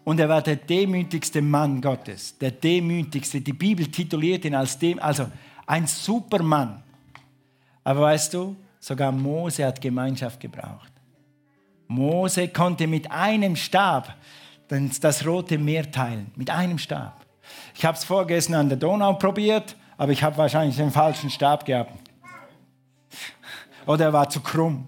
Und er war der demütigste Mann Gottes. Der demütigste. Die Bibel tituliert ihn als dem, also ein Supermann. Aber weißt du, sogar Mose hat Gemeinschaft gebraucht. Mose konnte mit einem Stab das Rote Meer teilen. Mit einem Stab. Ich habe es vorgestern an der Donau probiert, aber ich habe wahrscheinlich den falschen Stab gehabt. Oder er war zu krumm.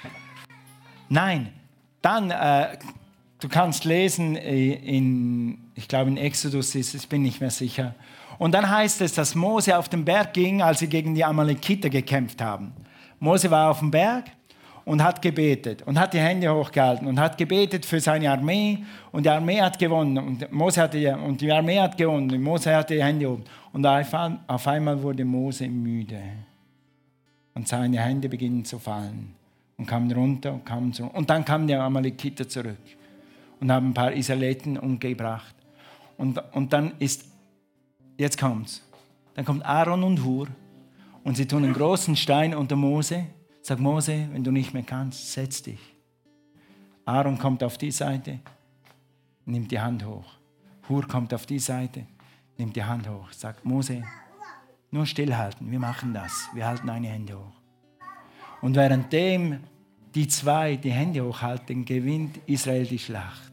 Nein, dann, äh, du kannst lesen, in, ich glaube in Exodus ist es, ich bin nicht mehr sicher. Und dann heißt es, dass Mose auf den Berg ging, als sie gegen die Amalekiter gekämpft haben. Mose war auf dem Berg und hat gebetet und hat die Hände hochgehalten und hat gebetet für seine Armee und die Armee hat gewonnen und, Mose hatte, und die Armee hat gewonnen und Mose hatte die Hände oben. Und auf einmal wurde Mose müde und seine Hände beginnen zu fallen und kam runter und kam zurück. Und dann kamen die Amalekiter zurück und haben ein paar Israeliten umgebracht. Und, und dann ist, jetzt kommt's, dann kommt Aaron und Hur und sie tun einen großen Stein unter Mose. Sag Mose, wenn du nicht mehr kannst, setz dich. Aaron kommt auf die Seite, nimmt die Hand hoch. Hur kommt auf die Seite, nimmt die Hand hoch. Sagt Mose, nur stillhalten, wir machen das. Wir halten eine Hände hoch. Und währenddem die zwei die Hände hochhalten, gewinnt Israel die Schlacht.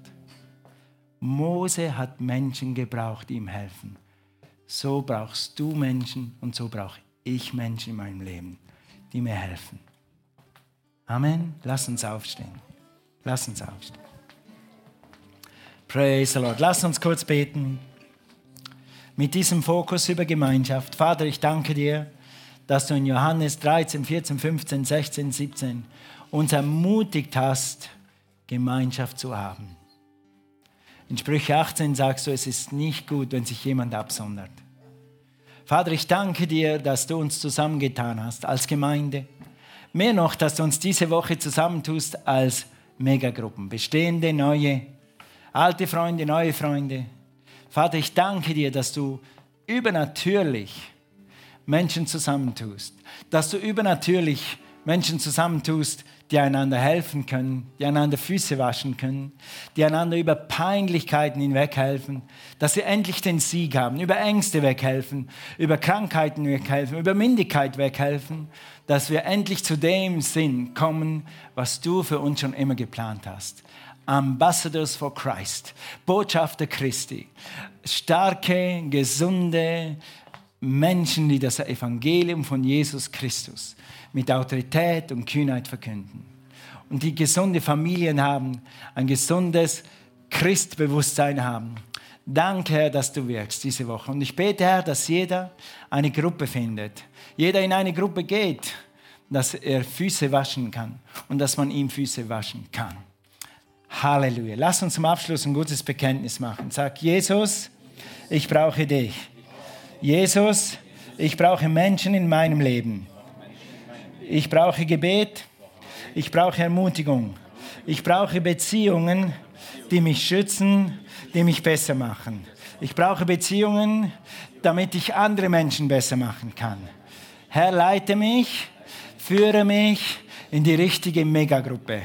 Mose hat Menschen gebraucht, die ihm helfen. So brauchst du Menschen und so brauche ich Menschen in meinem Leben, die mir helfen. Amen. Lass uns aufstehen. Lass uns aufstehen. Praise the Lord. Lass uns kurz beten. Mit diesem Fokus über Gemeinschaft. Vater, ich danke dir, dass du in Johannes dreizehn, vierzehn, fünfzehn, sechzehn, siebzehn uns ermutigt hast, Gemeinschaft zu haben. In Sprüche achtzehn sagst du, es ist nicht gut, wenn sich jemand absondert. Vater, ich danke dir, dass du uns zusammengetan hast als Gemeinde. Mehr noch, dass du uns diese Woche zusammentust als Megagruppen. Bestehende, neue, alte Freunde, neue Freunde. Vater, ich danke dir, dass du übernatürlich Menschen zusammentust. Dass du übernatürlich Menschen zusammentust, die einander helfen können, die einander Füße waschen können, die einander über Peinlichkeiten hinweghelfen, dass sie endlich den Sieg haben, über Ängste weghelfen, über Krankheiten weghelfen, über Minderheit weghelfen, dass wir endlich zu dem Sinn kommen, was du für uns schon immer geplant hast. Ambassadors for Christ, Botschafter Christi, starke, gesunde Menschen, die das Evangelium von Jesus Christus mit Autorität und Kühnheit verkünden. Und die gesunde Familien haben, ein gesundes Christbewusstsein haben. Danke, Herr, dass du wirkst diese Woche. Und ich bete, Herr, dass jeder eine Gruppe findet. Jeder in eine Gruppe geht, dass er Füße waschen kann und dass man ihm Füße waschen kann. Halleluja. Lass uns zum Abschluss ein gutes Bekenntnis machen. Sag, Jesus, ich brauche dich. Jesus, ich brauche Menschen in meinem Leben. Ich brauche Gebet. Ich brauche Ermutigung. Ich brauche Beziehungen, die mich schützen, die mich besser machen. Ich brauche Beziehungen, damit ich andere Menschen besser machen kann. Herr, leite mich, führe mich in die richtige Megagruppe.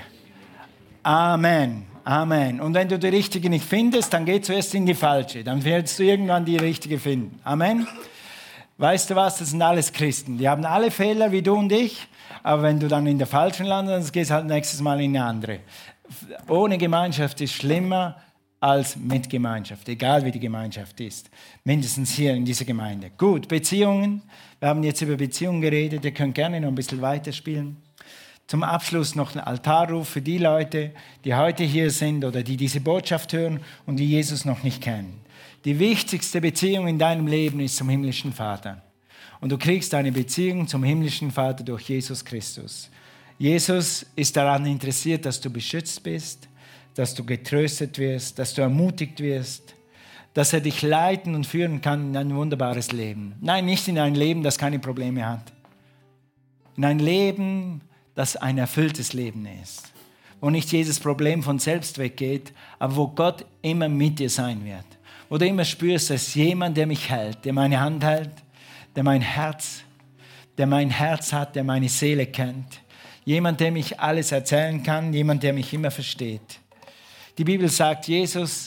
Amen. Amen. Und wenn du die richtige nicht findest, dann geh zuerst in die falsche. Dann wirst du irgendwann die richtige finden. Amen. Weißt du was? Das sind alles Christen. Die haben alle Fehler wie du und ich. Aber wenn du dann in der falschen landest, dann gehst du halt nächstes Mal in eine andere. Ohne Gemeinschaft ist schlimmer als mit Gemeinschaft. Egal wie die Gemeinschaft ist. Mindestens hier in dieser Gemeinde. Gut, Beziehungen. Wir haben jetzt über Beziehungen geredet. Ihr könnt gerne noch ein bisschen weiterspielen. Zum Abschluss noch ein Altarruf für die Leute, die heute hier sind oder die diese Botschaft hören und die Jesus noch nicht kennen. Die wichtigste Beziehung in deinem Leben ist zum himmlischen Vater. Und du kriegst eine Beziehung zum himmlischen Vater durch Jesus Christus. Jesus ist daran interessiert, dass du beschützt bist, dass du getröstet wirst, dass du ermutigt wirst, dass er dich leiten und führen kann in ein wunderbares Leben. Nein, nicht in ein Leben, das keine Probleme hat. In ein Leben, das ein erfülltes Leben ist. Wo nicht jedes Problem von selbst weggeht, aber wo Gott immer mit dir sein wird. Wo du immer spürst, dass jemand, der mich hält, der meine Hand hält, der mein Herz, der mein Herz hat, der meine Seele kennt. Jemand, der mich alles erzählen kann, jemand, der mich immer versteht. Die Bibel sagt, Jesus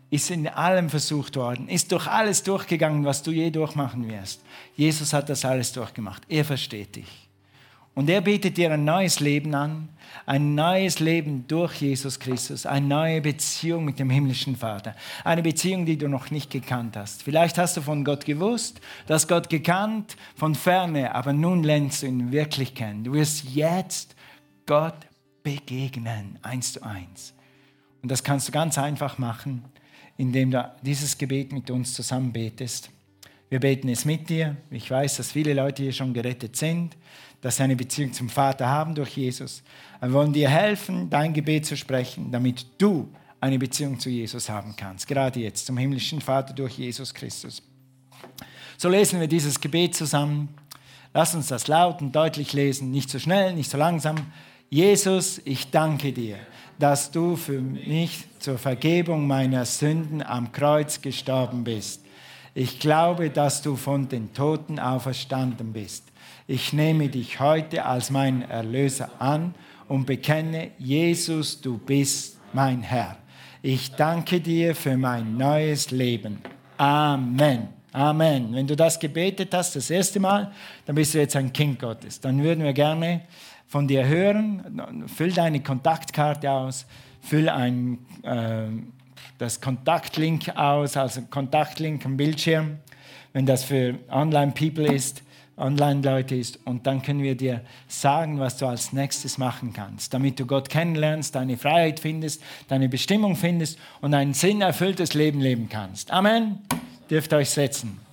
ist in allem versucht worden, ist durch alles durchgegangen, was du je durchmachen wirst. Jesus hat das alles durchgemacht. Er versteht dich. Und er bietet dir ein neues Leben an, ein neues Leben durch Jesus Christus, eine neue Beziehung mit dem himmlischen Vater, eine Beziehung, die du noch nicht gekannt hast. Vielleicht hast du von Gott gewusst, du hast Gott gekannt von ferne, aber nun lernst du ihn wirklich kennen. Du wirst jetzt Gott begegnen, eins zu eins. Und das kannst du ganz einfach machen, indem du dieses Gebet mit uns zusammen betest. Wir beten es mit dir. Ich weiß, dass viele Leute hier schon gerettet sind, dass sie eine Beziehung zum Vater haben durch Jesus. Wir wollen dir helfen, dein Gebet zu sprechen, damit du eine Beziehung zu Jesus haben kannst. Gerade jetzt, zum himmlischen Vater durch Jesus Christus. So lesen wir dieses Gebet zusammen. Lass uns das laut und deutlich lesen, nicht so schnell, nicht so langsam. Jesus, ich danke dir, dass du für mich zur Vergebung meiner Sünden am Kreuz gestorben bist. Ich glaube, dass du von den Toten auferstanden bist. Ich nehme dich heute als meinen Erlöser an und bekenne, Jesus, du bist mein Herr. Ich danke dir für mein neues Leben. Amen. Amen. Wenn du das gebetet hast, das erste Mal, dann bist du jetzt ein Kind Gottes. Dann würden wir gerne von dir hören. Füll deine Kontaktkarte aus, füll ein, äh, das Kontaktlink aus, also Kontaktlink am Bildschirm, wenn das für Online-People ist, Online-Leute ist. Und dann können wir dir sagen, was du als nächstes machen kannst, damit du Gott kennenlernst, deine Freiheit findest, deine Bestimmung findest und ein sinnerfülltes Leben leben kannst. Amen. Dürft euch setzen.